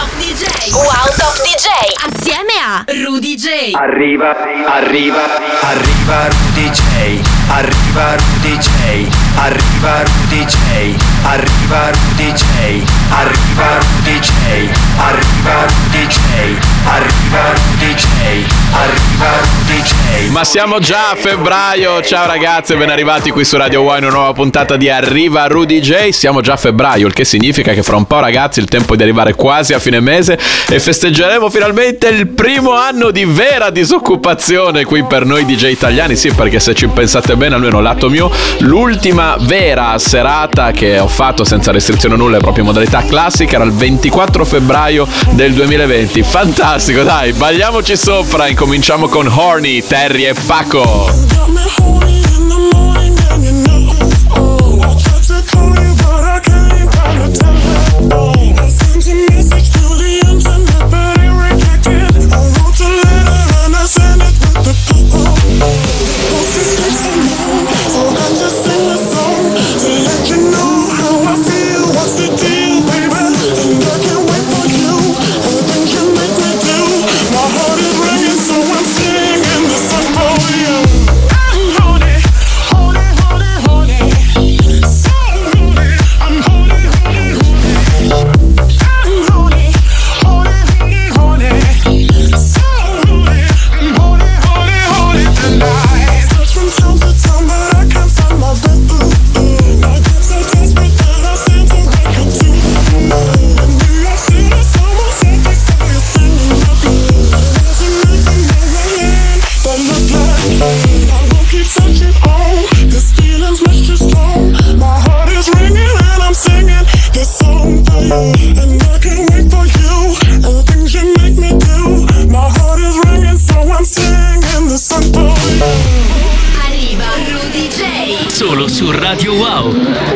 Top DJ. Wow Top DJ. Assieme a Rudy J. Arriva Rudy J. Arriva Rudy J. Arriva Rudy J. Arriva Rudy J. Arriva Rudy J. Arriva Rudy J. Arriva Rudy J. Arriva Rudy J. Ma siamo già a febbraio. Ciao ragazzi, ben arrivati qui su Radio One, una nuova puntata di Arriva Rudy J. Siamo già a febbraio, il che significa che fra un po', ragazzi, il tempo è di arrivare quasi a fine mese e festeggeremo finalmente il primo anno di vera disoccupazione qui per noi DJ italiani. Sì, perché se ci pensate bene, almeno lato mio, l'ultima vera serata che ho fatto senza restrizione nulla e proprio in modalità classica era il 24 febbraio del 2020. Fantastico, dai, balliamoci sopra. Incominciamo con Horny, Terry e Paco. Solo su Radio Wow.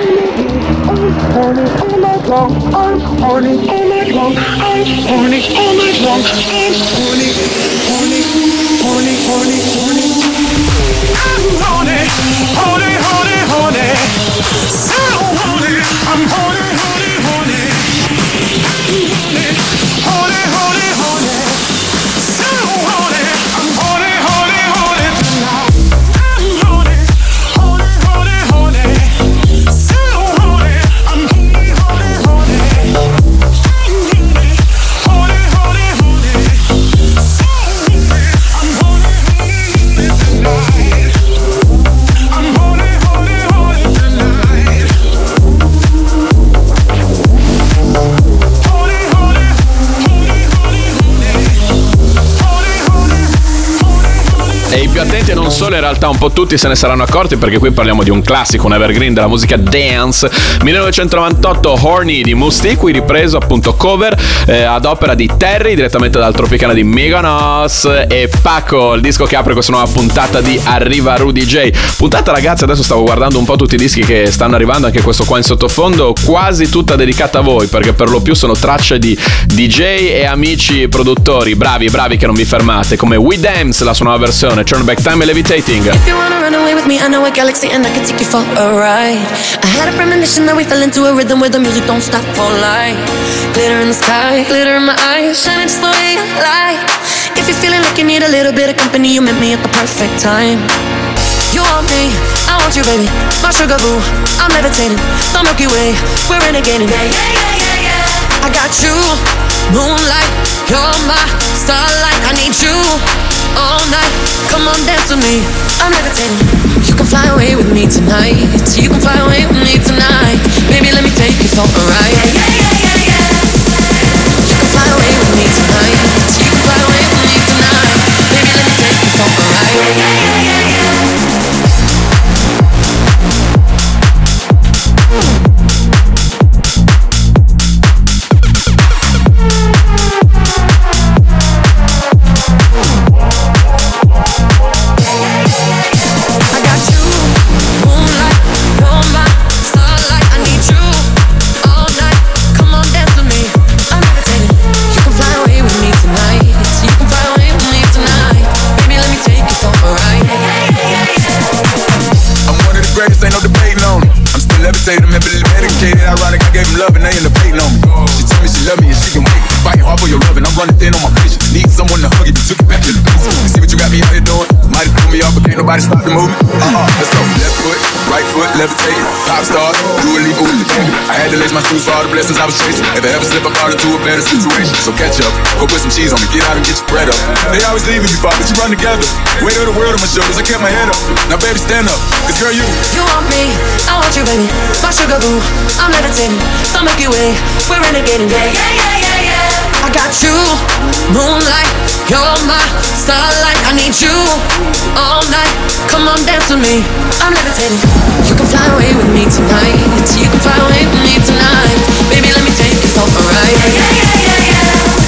Attenti, non solo, in realtà un po' tutti se ne saranno accorti, perché qui parliamo di un classico, un evergreen della musica dance. 1998, Horny di Musti, qui ripreso appunto cover ad opera di Terry, direttamente dal Tropicana di Mykonos, e Paco, il disco che apre questa nuova puntata di Arriva Rudy J. Puntata, ragazzi, adesso stavo guardando un po' tutti i dischi che stanno arrivando, anche questo qua in sottofondo, quasi tutta dedicata a voi, perché per lo più sono tracce di DJ e amici produttori bravi che non vi fermate, come We Dance, la sua nuova versione, Turn Back Time e Levitating. If you wanna run away with me, I know a galaxy and I can take you for a ride. I had a premonition that we fell into a rhythm where the music don't stop for life. Glitter in the sky, glitter in my eyes, shining just the way you like. If you're feeling like you need a little bit of company, you met me at the perfect time. You want me, I want you, baby. My sugar boo, I'm levitating. The Milky Way, we're renegading. I got you, moonlight, you're my starlight. I need you all night. Come on, dance with me, I'm levitating. You can fly away with me tonight. You can fly away with me tonight. Baby, let me take you for a ride. You can fly away with me tonight. You can fly away with me tonight. Baby, let me take you for a ride. Come on. loving, I'm running thin on my patience. Need someone to hug it, took it back to the basics. You see what you got me out here doing? Might have threw me off, but can't nobody stop the movement. Let's go. Left foot, right foot, levitating. Pop star, do a leap with the baby. I had to lace my shoes for all the blessings I was chasing. If I ever slip, I caught into a better situation. So catch up, go put some cheese on me, get out and get your bread up. They always leaving you, Bob, but you run together. Weight of the world on my shoulders, I kept my head up. Now baby, stand up, cause girl, you want me, I want you, baby. My sugar boo, I'm levitating. The Milky Way, we're renegading. Yeah, yeah, yeah, yeah, yeah. I got you, moonlight. You're my starlight. I need you all night. Come on, dance with me. I'm levitating. You can fly away with me tonight. You can fly away with me tonight. Baby, let me take you for a ride. Yeah, yeah, yeah, yeah, yeah.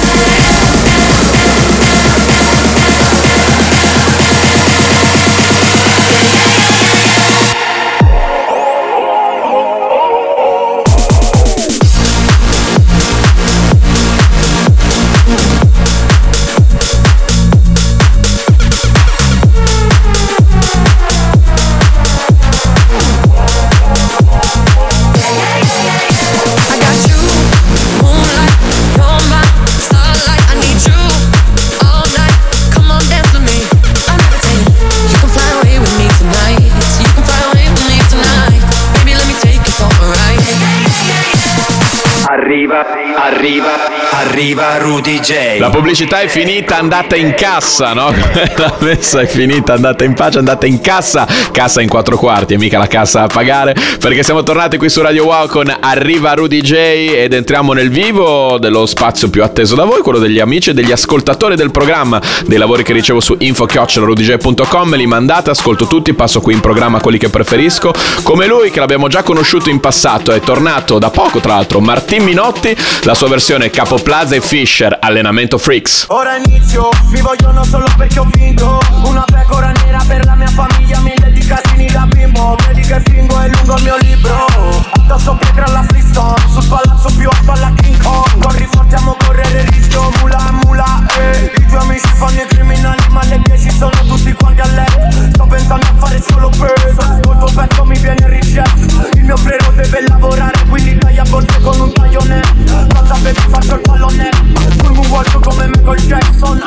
Arriva Rudy J. La pubblicità è finita, andata in cassa, no? La messa è finita, andata in pace, andata in cassa. Cassa in 4 quarti e mica la cassa a pagare, perché siamo tornati qui su Radio Wow con Arriva Rudy J ed entriamo nel vivo dello spazio più atteso da voi, quello degli amici e degli ascoltatori del programma, dei lavori che ricevo su info@rudyj.com. Li mandate, ascolto tutti, passo qui in programma quelli che preferisco, come lui che l'abbiamo già conosciuto in passato, è tornato da poco tra l'altro, Martin Minotti, la sua versione Capo Plaza e Fisher, Allenamento Freaks. Ora inizio, mi vogliono solo perché ho vinto. Una pecora nera per la mia famiglia, 1000 di casini da bimbo. Vedi che fingo è lungo il mio libro. Addosso pietra alla Flintstone, sul palazzo più alto alla King Kong. Corri forte, amo correre rischio, mula mula, I tuoi amici fanno i criminali, ma le 10 sono tutti quanti a letto. Sto pensando a fare solo peso, col tuo pezzo mi viene richiesto. Il mio frero deve lavorare, quindi taglia borse con un taglionetto. Cosa bevi, faccio il pallonetto. Tu mi vuoi come Michael Jackson.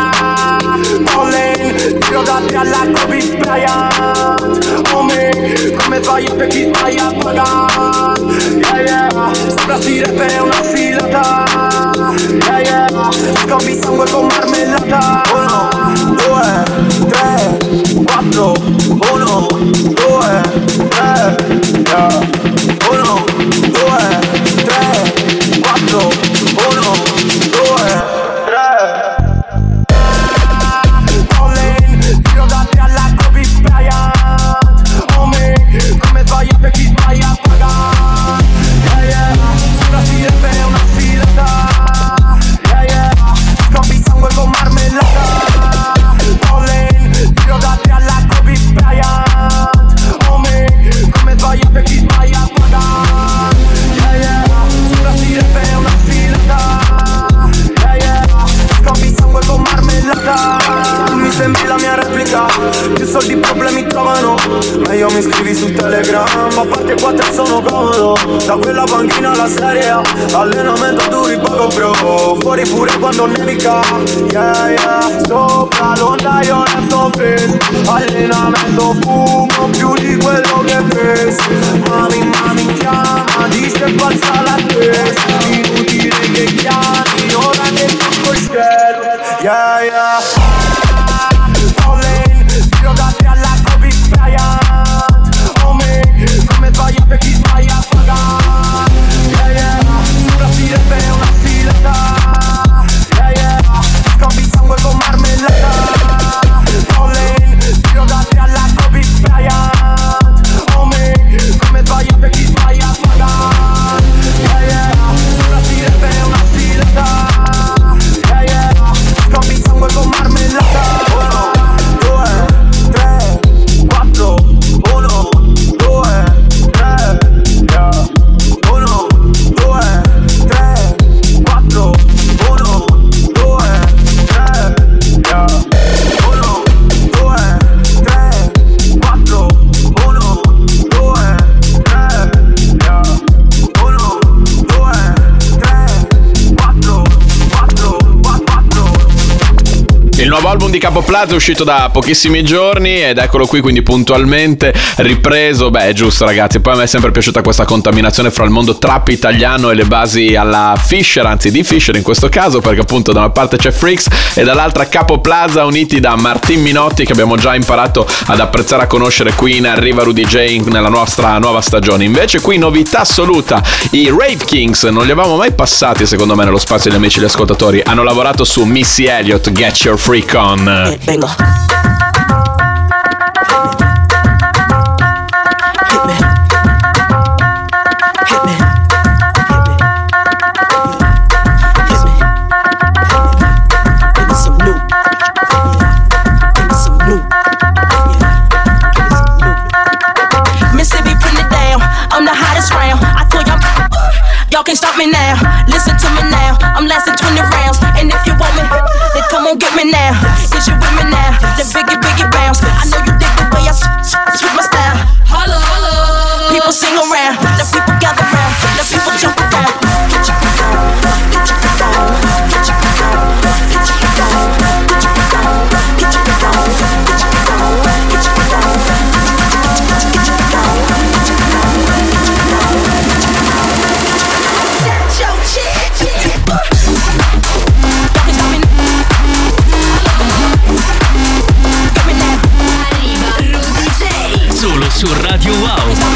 Olin, tiro da te alla Kobe Bryant. Oh me, come fai per chi stai a pagare? Yeah, yeah, sembra sirepe è una sfilata. Yeah, yeah, scambi sangue con marmellata. 1, 2, 3, 4. 1, 2, 3, yeah. 1, 2, 3, 4. 1, 2, 3. Olin, tiro da te alla Kobe Bryant. Oh me, come fai per chi sbaglia a pagare? Yeah, yeah, sulla sirepe è una sfilata. Yeah, yeah, scambi sangue con marmellata. Olin, tiro da te alla Kobe Bryant. Oh me, come fai per chi sbaglia a pagare? Yeah, yeah, sulla sirepe è una sfilata. Yeah, yeah, scambi sangue con marmellata. Tu mi sembri la mia replica, più soldi problemi trovano. Meglio mi scrivi su Telegram, a parte 4 sono comodo. Da quella panchina alla Serie A, allenamento duri poco bro. Fuori pure quando nevica, yeah yeah. Sopra l'onda io resto fresh. Allenamento fumo più di quello che pensi. Mami chiama, dice balza la testa. Inutile che chiami, ora che tutto il cielo. Yeah yeah. Olin, tiro da te alla Kobe Bryant. Oh me, come fai per chi sbaglia a pagare? Yeah yeah, sulla sirepe è una sfilata. Yeah yeah, scambi sangue con marmellata. Olin, tiro da te alla Kobe Bryant. Oh me, come fai per chi sbaglia a pagare? Yeah yeah, sulla sirepe è una sfilata. Il nuovo album di Capo Plaza è uscito da pochissimi giorni ed eccolo qui quindi puntualmente ripreso. Beh, è giusto ragazzi, poi a me è sempre piaciuta questa contaminazione fra il mondo trap italiano e le basi alla Fisher, anzi di Fisher in questo caso, perché appunto da una parte c'è Freaks e dall'altra Capo Plaza, uniti da Martin Minotti, che abbiamo già imparato ad apprezzare, a conoscere qui in Arriva Rudy J nella nostra nuova stagione. Invece qui novità assoluta, i Rave Kings non li avevamo mai passati secondo me nello spazio degli amici e gli ascoltatori. Hanno lavorato su Missy Elliott, Get Your Freak On. Vengo. Y'all can't stop me now, listen to me now. I'm lasting 20 rounds, and if you want me, then come on get me now. Is you with me now? Then biggie bounce. I know you dig the way I switch my style. Holla, holla. People sing around, the people gather round, the people jump around. Get your freak on, get your freak on, get your freak on, get your freak on, get your freak on, get your freak on, get your freak on, get your freak on, get your freak on. Solo su Radio Wow.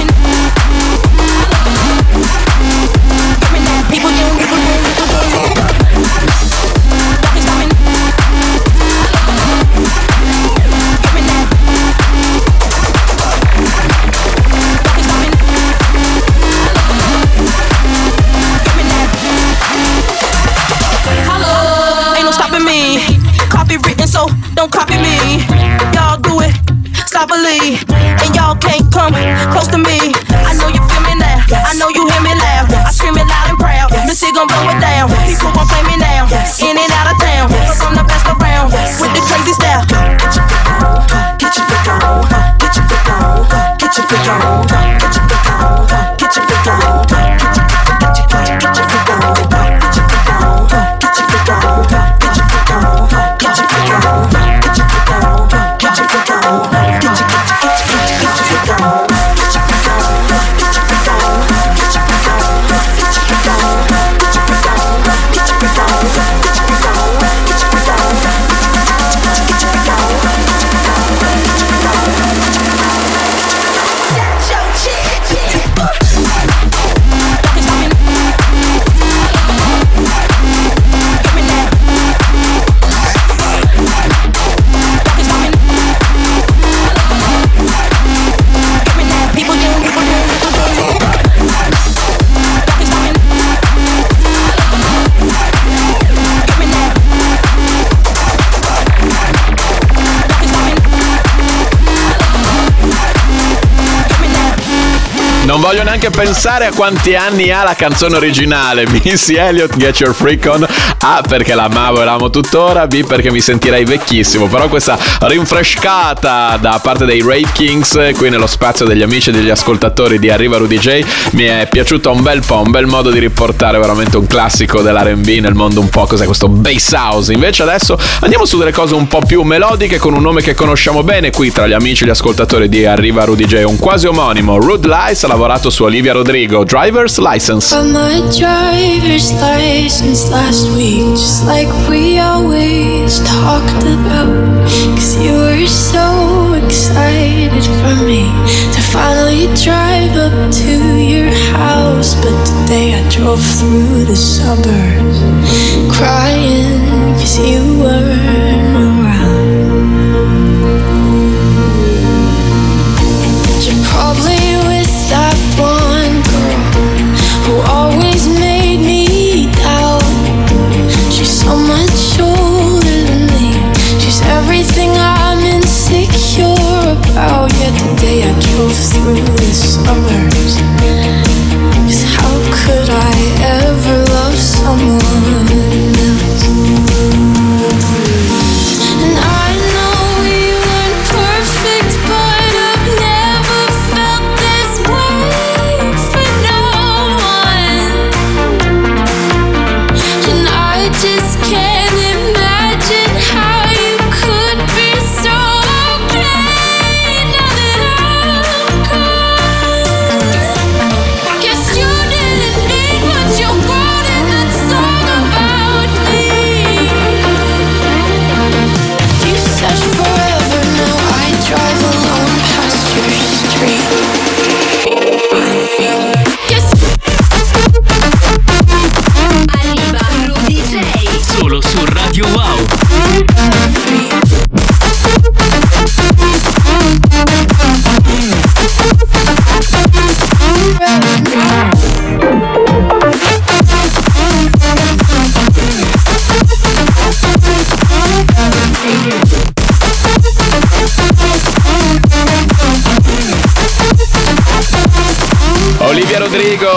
Ain't no stopping me. Copywritten, so don't copy me. Y'all do it sloppily, and y'all can't come close to me. I know you feel me now, I know you hear me loud. I scream it loud and proud, Missy gon' blow it down. People won't play me now, in and out of town, cause I'm the best around, with the crazy style. Get your freak on, get your freak on, get your freak on, get your freak on, get your freak on, get your freak on, get your freak on, get your freak on, get your freak on, get your freak on, get your freak on, get your freak on, get your freak on, get your freak on. Non voglio neanche pensare a quanti anni ha la canzone originale Missy Elliott, Get Your Freak On. A, perché l'amavo e l'amo tuttora. B, perché mi sentirei vecchissimo. Però questa rinfrescata da parte dei Rave Kings qui nello spazio degli amici e degli ascoltatori di Arriva Rudy J mi è piaciuta un bel po', un bel modo di riportare veramente un classico dell'R&B nel mondo un po', cos'è questo bass house. Invece adesso andiamo su delle cose un po' più melodiche con un nome che conosciamo bene qui tra gli amici e gli ascoltatori di Arriva Rudy J, un quasi omonimo. Rude Lies ha lavorato su Olivia Rodrigo, Driver's License. Got my driver's license last week, just like we always talked about. Cause you were so excited for me to finally drive up to your house. But today I drove through the suburbs crying cause you weren't around. You're probably with that one girl who always made me doubt. She's so much older than me, she's everything I'm insecure about. Yet today I drove through the suburbs, 'cause how could I ever love someone else?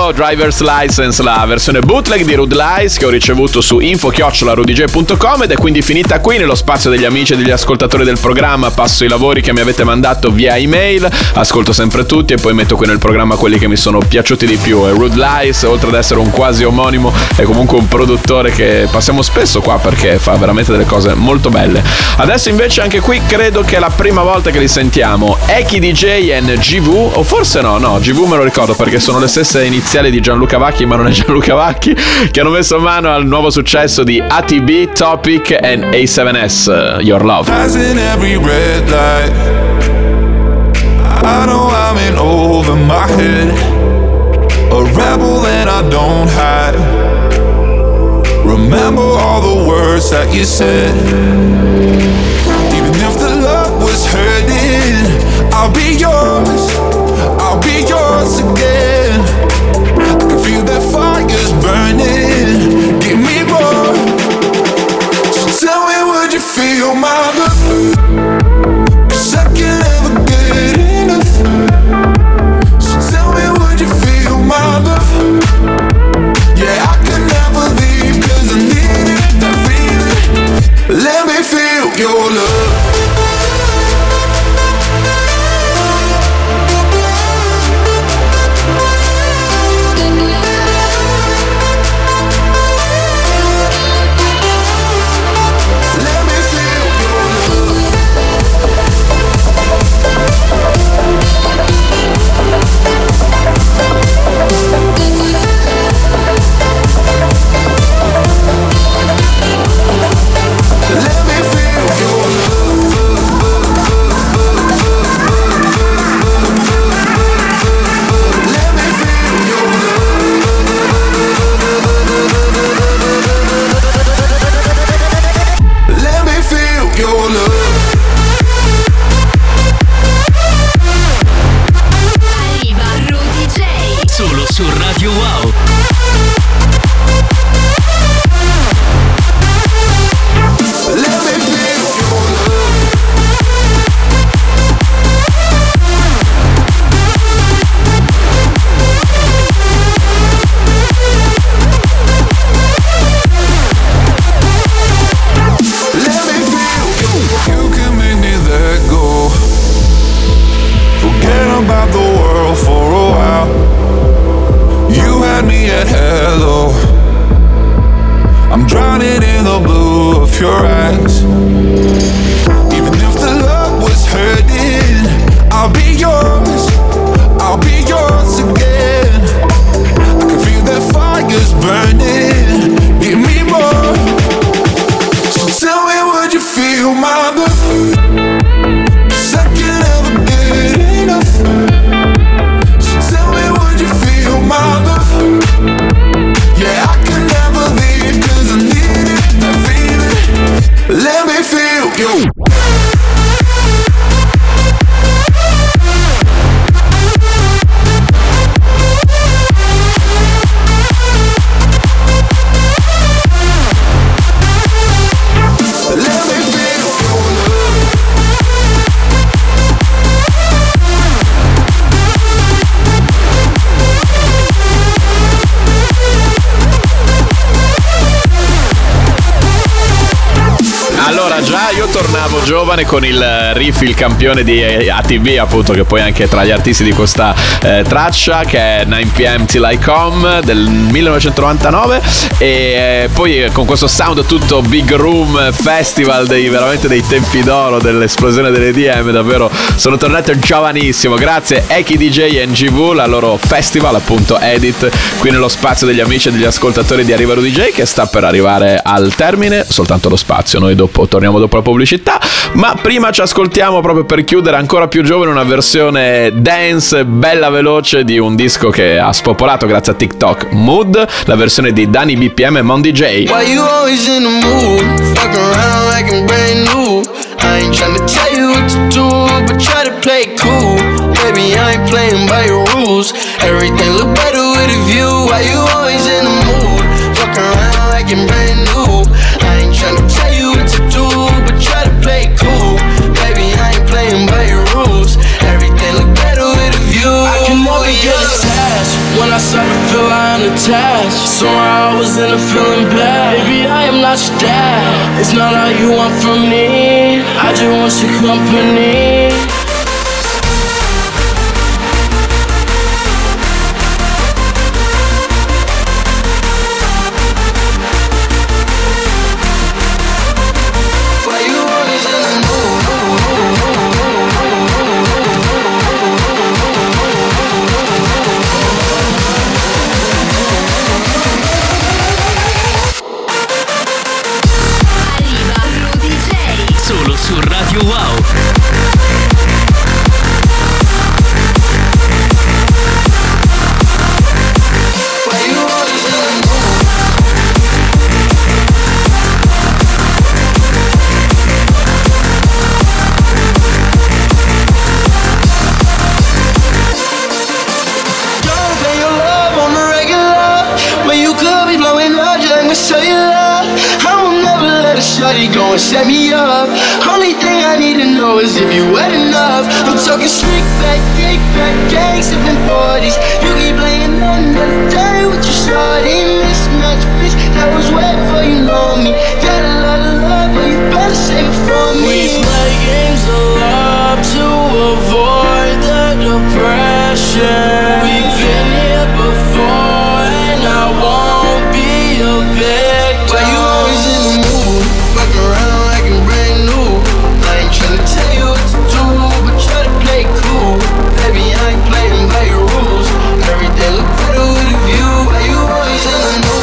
Wow, Driver's License, la versione bootleg di Rude Lies che ho ricevuto su info@rudj.com, ed è quindi finita qui nello spazio degli amici e degli ascoltatori del programma. Passo i lavori che mi avete mandato via email, ascolto sempre tutti e poi metto qui nel programma quelli che mi sono piaciuti di più. E Rude Lies, oltre ad essere un quasi omonimo, è comunque un produttore che passiamo spesso qua perché fa veramente delle cose molto belle. Adesso invece anche qui credo che è la prima volta che li sentiamo. Eki DJ and GV, o forse no, GV me lo ricordo perché sono le stesse iniziali di Gianluca Vacchi, ma non è Gianluca Vacchi, che hanno messo mano al nuovo successo di ATB, Topic and A7S, Your Love. Passing every red light, I know I'm in over my head, a rebel and I don't hide. Remember all the words that you said. Even if the love was hurting, I'll be yours again. I can feel that fire's burning, give me more. So tell me, would you feel my love? 'Cause I can never get enough. So tell me, would you feel my love? Yeah, I can never leave 'cause I need it, that feeling. Let me feel your love. Tornavo giovane con il riff, il campione di ATB, appunto, che poi anche tra gli artisti di questa traccia, che è 9pm Till I Come del 1999, e poi con questo sound tutto big room festival veramente dei tempi d'oro dell'esplosione delle DM. Davvero sono tornato giovanissimo grazie Eki DJ NGV, la loro festival appunto Edit, qui nello spazio degli amici e degli ascoltatori di Arriva Rudy J, che sta per arrivare al termine. Soltanto lo spazio, noi torniamo dopo la pubblicità, ma prima ci ascoltiamo, proprio per chiudere, ancora più giovane, una versione dance bella veloce di un disco che ha spopolato grazie a TikTok, Mood, la versione di Danny BPM e Mondi J. Why you always in the mood? Fuck around like I'm brand new. I ain't tryna tell you what to do, but try to play it cool. Baby, I ain't playing by your rules. Everything look better with a view. Why you always in the mood? Fuck around like I'm brand new. I ain't tryna tell you what to do, but try to play it cool. Baby, I ain't playing by your rules. Everything look better with a view. I can never get attached when I start to feel attached. Somehow I was in a feeling bad. Baby, I am not your dad. It's not all you want from me. I just want your company. Solo su Radio Wow. Shawty gon' set me up. Only thing I need to know is if you wet enough. I'm talking slick back, kick back, gang sippin' 40s. You keep playing another day with your shawty. Mismatch bitch, that was wet for you know me. Got a lot of love, but you better save it for me. We play games of love to avoid the depression. We've been here before and I won't be a victim. Why you always in the mood? Fuck around like I'm brand new. I ain't tryna tell you what to do, but try to play cool. Baby, I ain't playing by your rules. Everything look better with a view. Why you always in the mood?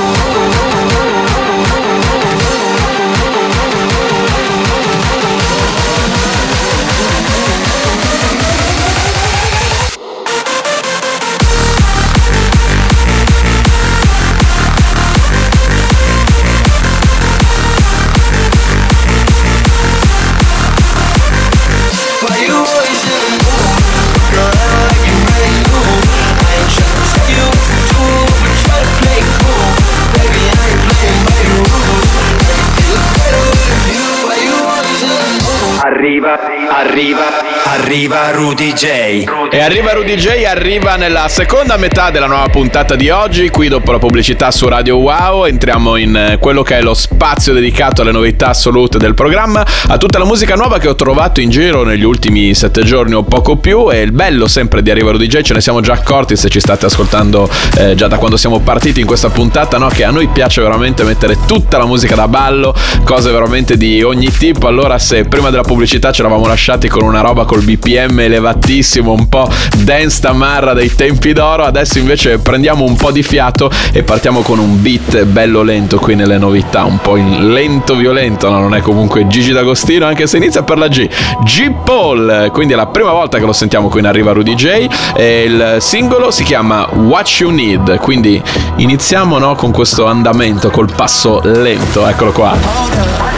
Arriva Rudy J. E arriva Rudy J, arriva nella seconda metà della nuova puntata di oggi. Qui dopo la pubblicità su Radio Wow entriamo in quello che è lo spazio dedicato alle novità assolute del programma, a tutta la musica nuova che ho trovato in giro negli ultimi 7 giorni o poco più. E il bello sempre di Arriva Rudy J, ce ne siamo già accorti se ci state ascoltando già da quando siamo partiti in questa puntata, no? Che a noi piace veramente mettere tutta la musica da ballo, cose veramente di ogni tipo. Allora se prima della pubblicità ci eravamo lasciati con una roba col BPM elevatissimo, un po' dance tamarra dei tempi d'oro, adesso invece prendiamo un po' di fiato e partiamo con un beat bello lento qui nelle novità, un po' in lento violento, no? Non è comunque Gigi D'Agostino, anche se inizia per la G. G Paul, quindi è la prima volta che lo sentiamo qui in Arriva Rudy J e il singolo si chiama What You Need, quindi iniziamo, no, con questo andamento col passo lento, eccolo qua.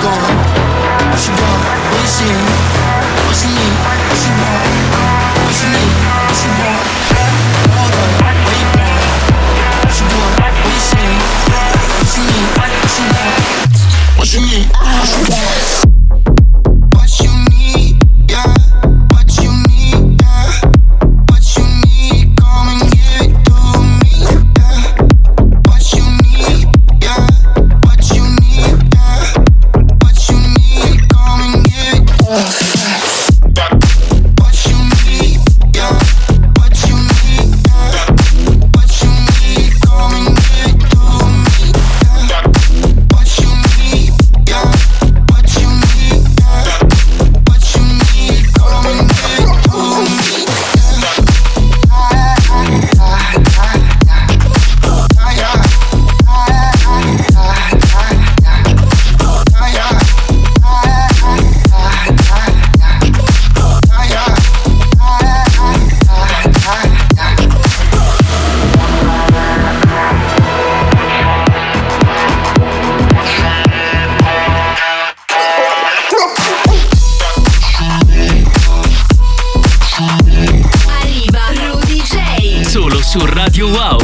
Su Radio Wow.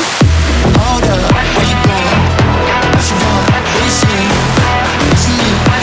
Hold up, where you going? What you want? What you see? What you need?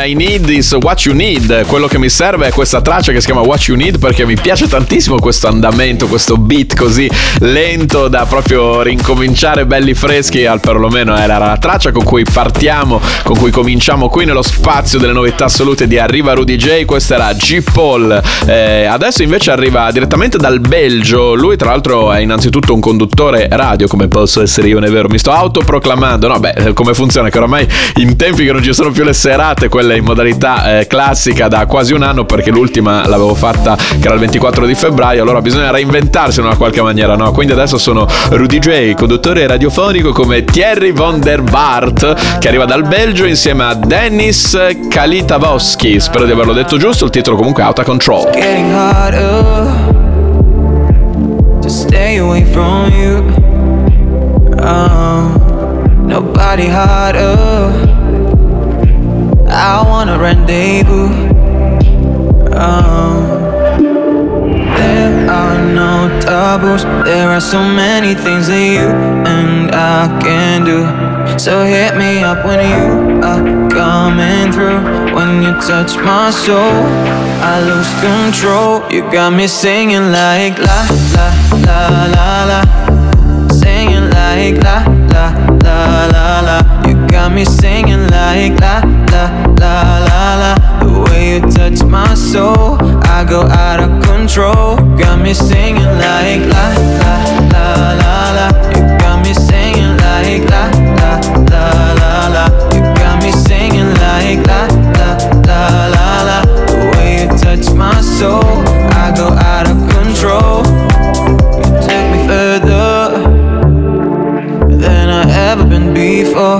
I need is what you need. Quello che mi serve è questa traccia che si chiama What You Need, perché mi piace tantissimo questo andamento, questo beat così lento da proprio rincominciare belli freschi. Al perlomeno era la traccia con cui partiamo, con cui cominciamo qui nello spazio delle novità assolute di Arriva Rudy J. Questa era G. Paul. Adesso invece arriva direttamente dal Belgio. Lui tra l'altro è innanzitutto un conduttore radio, come posso essere io, non è vero? Mi sto autoproclamando. No, beh, come funziona? Che oramai in tempi che non ci sono più le serate, quelle in modalità classica, da quasi un anno, perché l'ultima l'avevo fatta che era il 24 di febbraio, allora bisogna reinventarsi in una qualche maniera, no? Quindi adesso sono Rudy J, conduttore radiofonico come Thierry van der Vaart, che arriva dal Belgio insieme a Dennis Kalitavoski. Spero di averlo detto giusto, il titolo comunque è Out of Control. Getting harder to stay away from you. Nobody harder. I wanna rendezvous. There are no taboos. There are so many things that you and I can do. So hit me up when you are coming through. When you touch my soul, I lose control. You got me singing like la la la la la, singing like la la la la la. You got me singing like la la la la la. The way you touch my soul, I go out of control. Got me singing like la la la la la. You got me singing like la la la la la. You got me singing like la la la la la. The way you touch my soul, I go out of control. You take me further than I ever been before.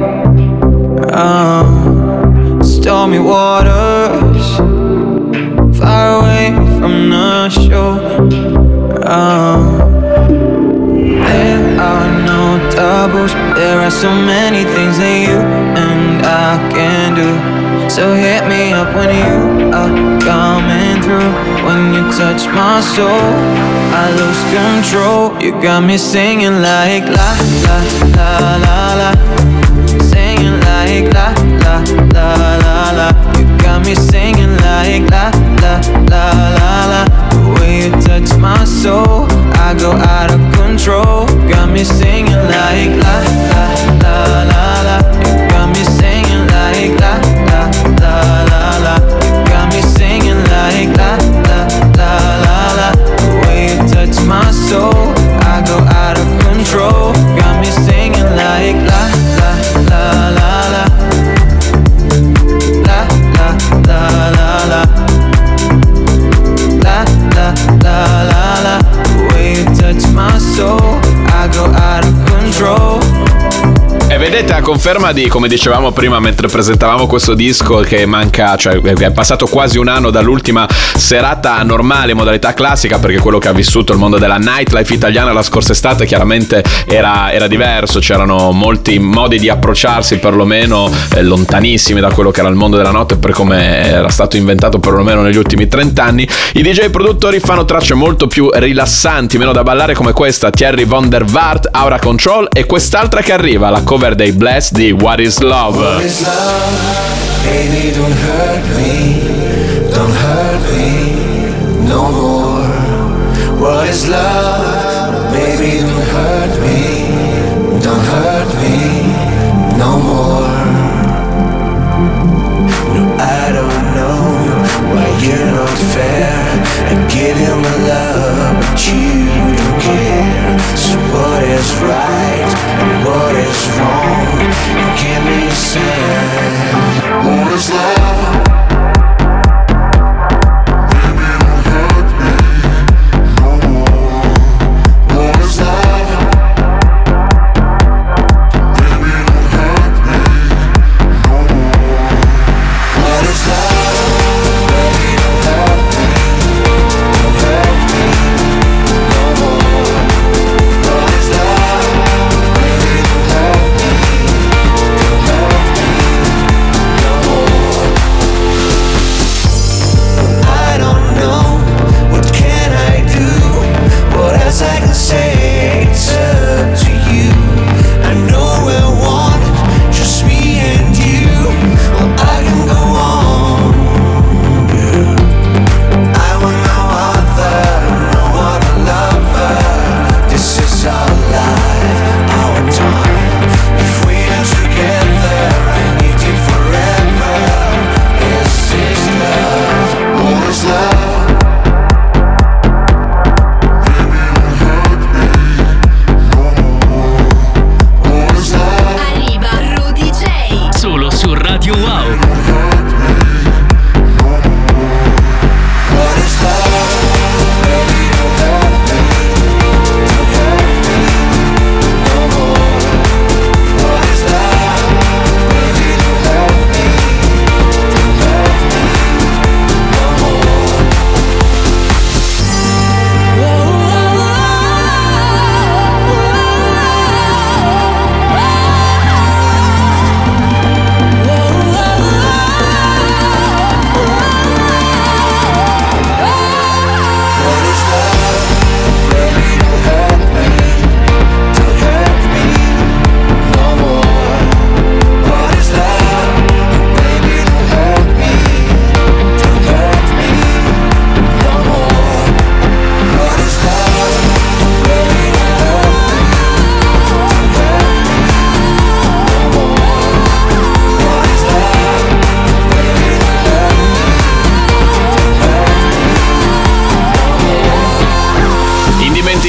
Stormy waters, far away from the shore. There are no taboos. There are so many things that you and I can do. So hit me up when you are coming through. When you touch my soul, I lose control. You got me singing like la la la la la, singing like la la la la la. You got me singing like la la la la la. The way you touch my soul, I go out of control. Got me singing like la la la la la. You got me singing like la la la la la. You got me singing like la la la la la. The way you touch my soul, I go out of control. Got me singing like la la la la la, la la la la la, la la la la la. The way you touch my soul, I go out of control. E vedete, a conferma di, come dicevamo prima mentre presentavamo questo disco, che manca, cioè è passato quasi un anno dall'ultima serata normale in modalità classica, perché quello che ha vissuto il mondo della nightlife italiana la scorsa estate chiaramente era diverso, c'erano molti modi di approcciarsi, perlomeno lontanissimi da quello che era il mondo della notte per come era stato inventato perlomeno negli ultimi 30 anni. I DJ produttori fanno tracce molto più rilassanti, meno da ballare, come questa, Thierry van der Vaart, Aura Control, e quest'altra che arriva, la cover dei Bless di What is Love. What is love? Baby, don't hurt me no more. What is love? Baby, don't hurt me no more. No, I don't know why you're not fair. I give you my love, but you don't care. So what is right and what is wrong? Give me a sign. What is love?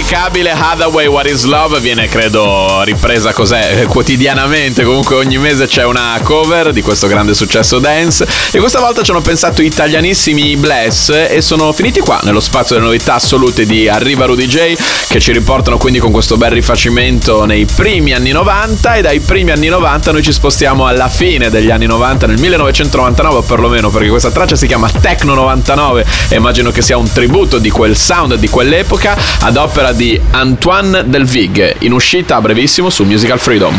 L'immancabile Hathaway What Is Love viene credo ripresa quotidianamente, comunque ogni mese c'è una cover di questo grande successo dance e questa volta ci hanno pensato italianissimi Bless e sono finiti qua nello spazio delle novità assolute di Arriva Rudy J, che ci riportano quindi con questo bel rifacimento nei primi anni 90 e dai primi anni 90 noi ci spostiamo alla fine degli anni 90, nel 1999 perlomeno, perché questa traccia si chiama Techno 99 e immagino che sia un tributo di quel sound di quell'epoca ad opera di Antoine Delvig, in uscita a brevissimo su Musical Freedom.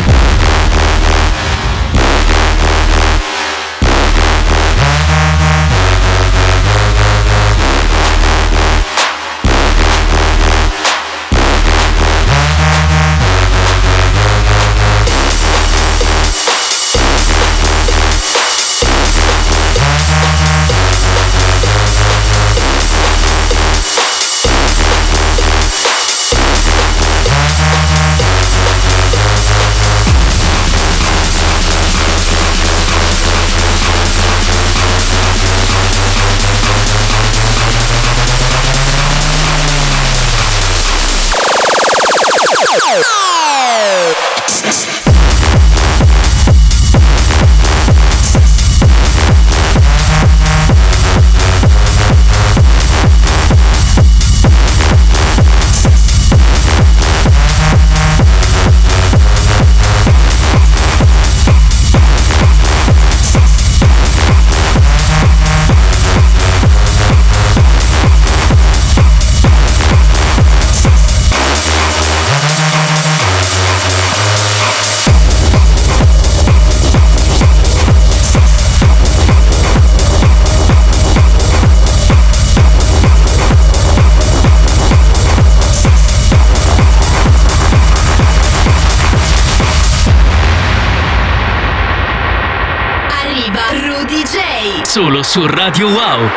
Solo su Radio Wow.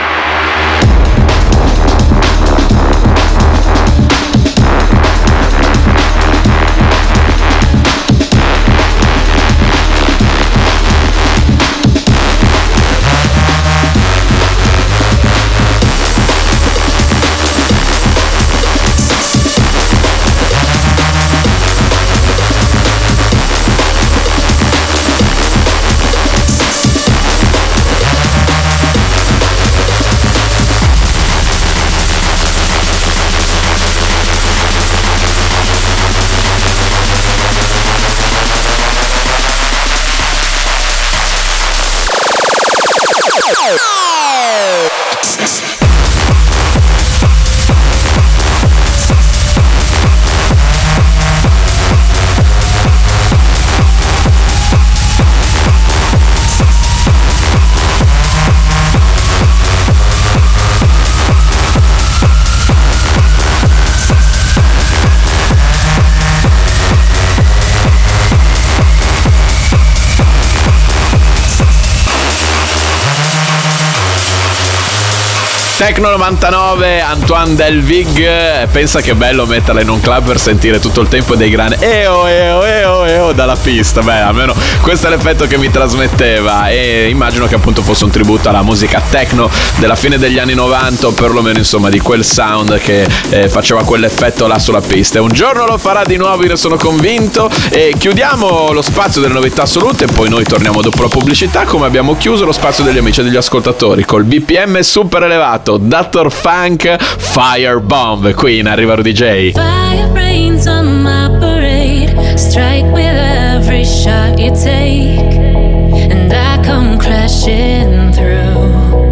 Techno 99, Antoine Delvig. Pensa che bello metterla in un club per sentire tutto il tempo dei grani eo dalla pista. Beh, almeno questo è l'effetto che mi trasmetteva e immagino che appunto fosse un tributo alla musica techno della fine degli anni 90 o perlomeno insomma di quel sound che faceva quell'effetto là sulla pista. E un giorno lo farà di nuovo, io ne sono convinto. E chiudiamo lo spazio delle novità assolute e poi noi torniamo dopo la pubblicità, come abbiamo chiuso lo spazio degli amici e degli ascoltatori, col BPM super elevato, Dr. Funk, Firebomb, qui in Arriva Rudy J. Fire rains on my parade, strike with every shot you take, and I come crashing through.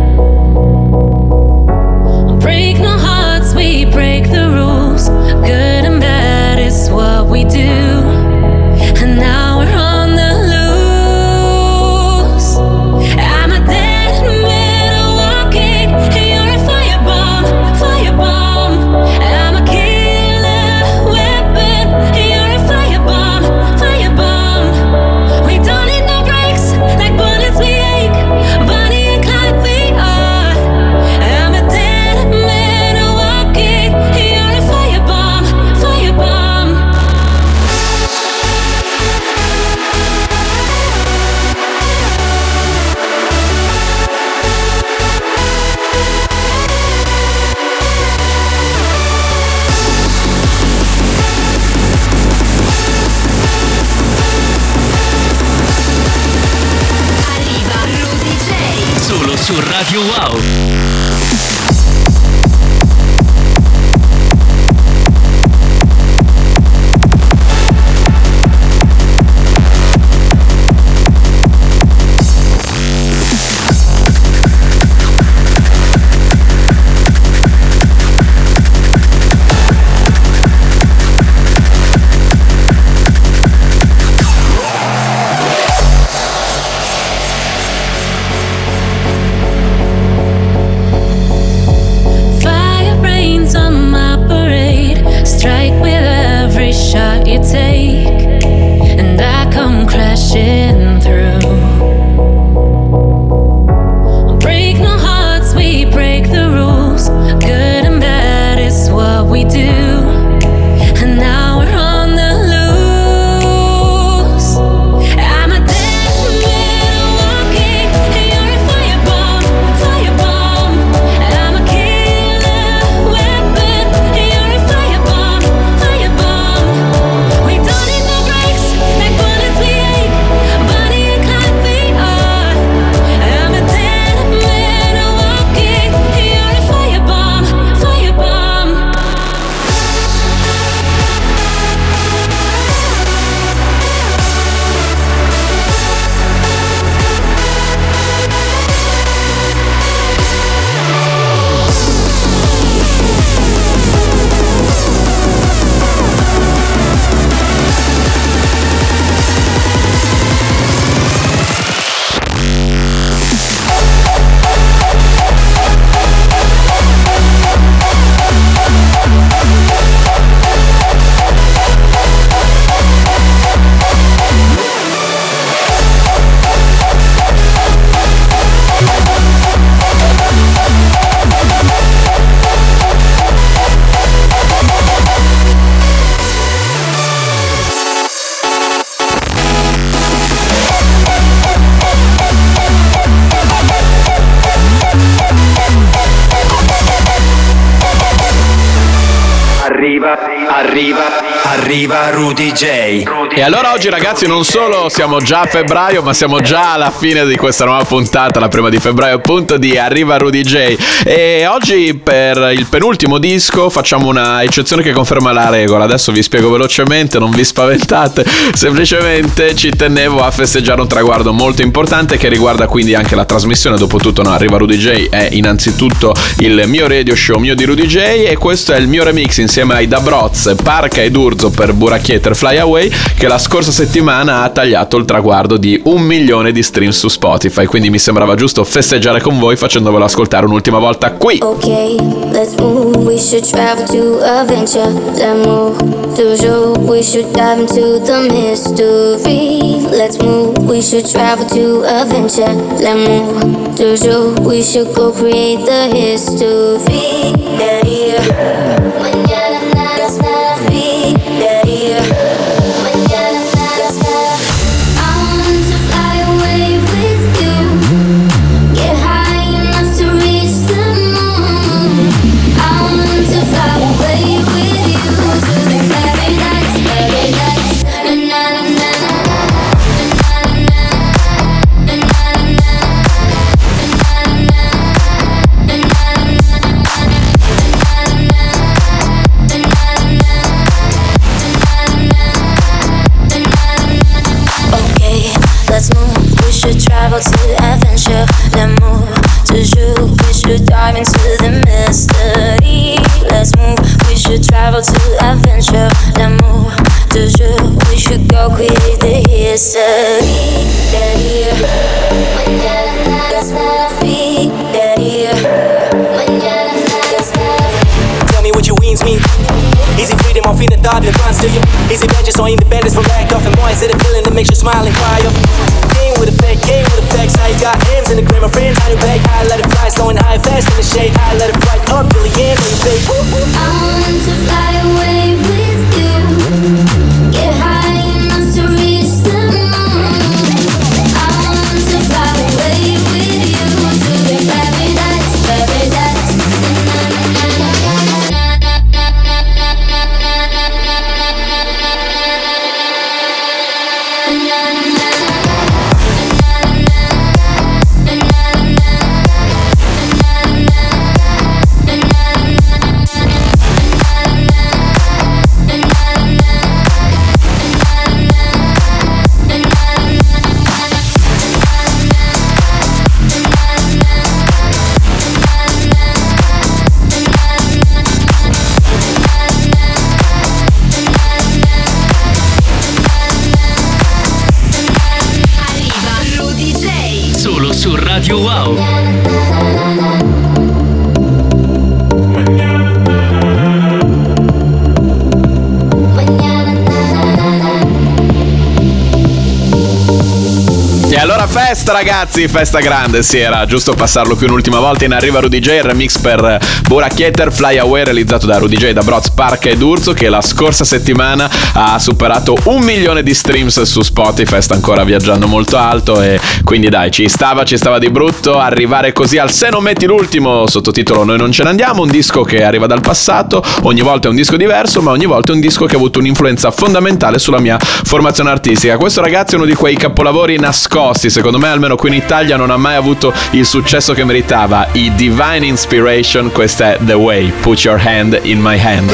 Break no hearts, we break the rules, good and bad is what we do, and now we're on the loose. I'm a dead man walking, you're a firebomb, firebomb. I'm a killer weapon, you're a firebomb, firebomb. We don't need no breaks, like bullets we ache, Bonnie and su Radio Wow. Arriva Rudy J. E allora oggi ragazzi non solo siamo già a febbraio, ma siamo già alla fine di questa nuova puntata, la prima di febbraio appunto, di Arriva Rudy J. E oggi per il penultimo disco facciamo una eccezione che conferma la regola. Adesso vi spiego velocemente, non vi spaventate, semplicemente ci tenevo a festeggiare un traguardo molto importante che riguarda quindi anche la trasmissione. Dopotutto no, Arriva Rudy J è innanzitutto il mio radio show, mio di Rudy J, e questo è il mio remix insieme ai Dabroz, Parca ed Urzo per Buracchieter Fly Away, che la scorsa settimana ha tagliato il traguardo di 1 milione di stream su Spotify, quindi mi sembrava giusto festeggiare con voi facendovelo ascoltare un'ultima volta qui. Ok, let's move, we should travel to adventure, let's move, toujours, we should dive into the mystery, let's move, we should travel to adventure, let's move, toujours, we should go create the history, yeah, yeah. Travel to adventure, let's move, toujours, we should dive into the mystery, let's move, we should travel to adventure, let's move, toujours, we should go create the history, yeah, when you're not as happy, yeah, when you're not as happy. Tell me what you wins me. Is it freedom or feeling thought that runs to you? Is it vengeance or independence from lack of? And more, is it a feeling that makes you smile and cry up? Game with effects. How you got hands in the green, my friends, how you back? High, let it fly, slowing high, fast in the shade. High, let it fly up, till the end, when you fade. I want to fly away with you. Get high enough to reach the moon. I want to fly away with you to the paradise, paradise. Radio Wow. E allora festa ragazzi, festa grande, sì, era giusto passarlo qui un'ultima volta. In arriva Rudy J, il remix per Burak Yeter, Fly Away, realizzato da Rudy J, da Broz, Park ed Urzo, che la scorsa settimana ha superato 1 milione di streams su Spotify, sta ancora viaggiando molto alto e quindi dai, ci stava di brutto arrivare così al Se non metti l'ultimo, sottotitolo Noi non ce ne andiamo, un disco che arriva dal passato, ogni volta è un disco diverso, ma ogni volta è un disco che ha avuto un'influenza fondamentale sulla mia formazione artistica. Questo ragazzi è uno di quei capolavori nascosti, secondo me almeno qui in Italia non ha mai avuto il successo che meritava, i Divine Inspiration. Questa è The Way, Put Your Hand in My Hand.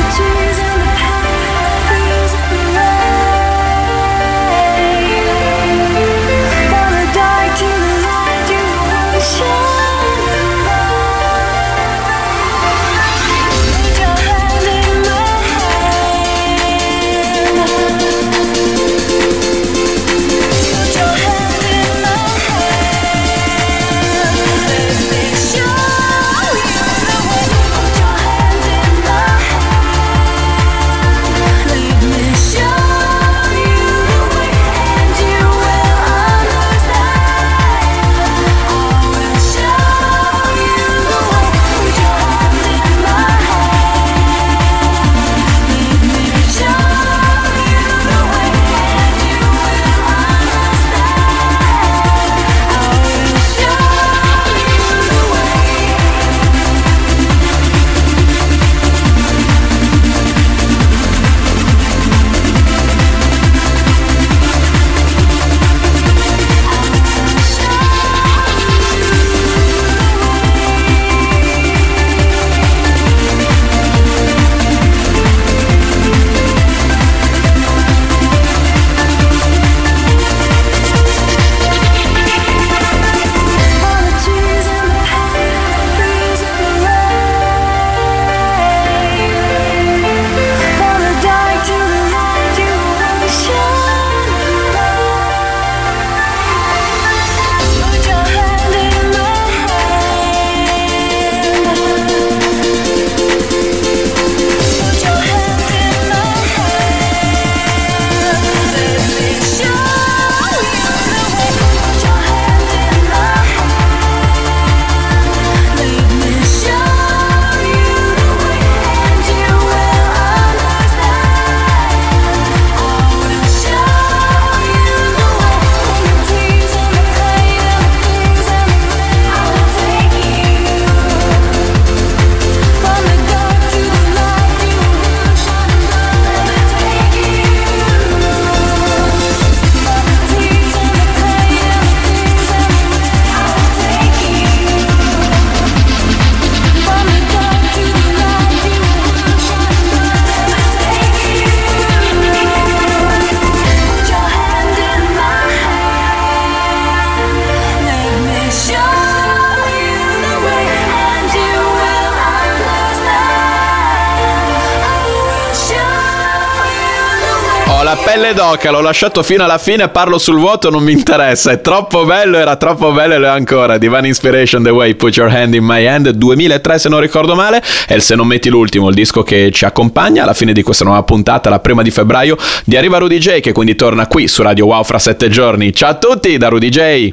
La pelle d'oca, l'ho lasciato fino alla fine, parlo sul vuoto, non mi interessa, è troppo bello, era troppo bello e lo è ancora. Divine Inspiration, The Way, Put Your Hand in My Hand, 2003 se non ricordo male, è il Se non metti l'ultimo, il disco che ci accompagna alla fine di questa nuova puntata, la prima di febbraio, di Arriva Rudy J, che quindi torna qui su Radio Wow fra 7 giorni. Ciao a tutti da Rudy J.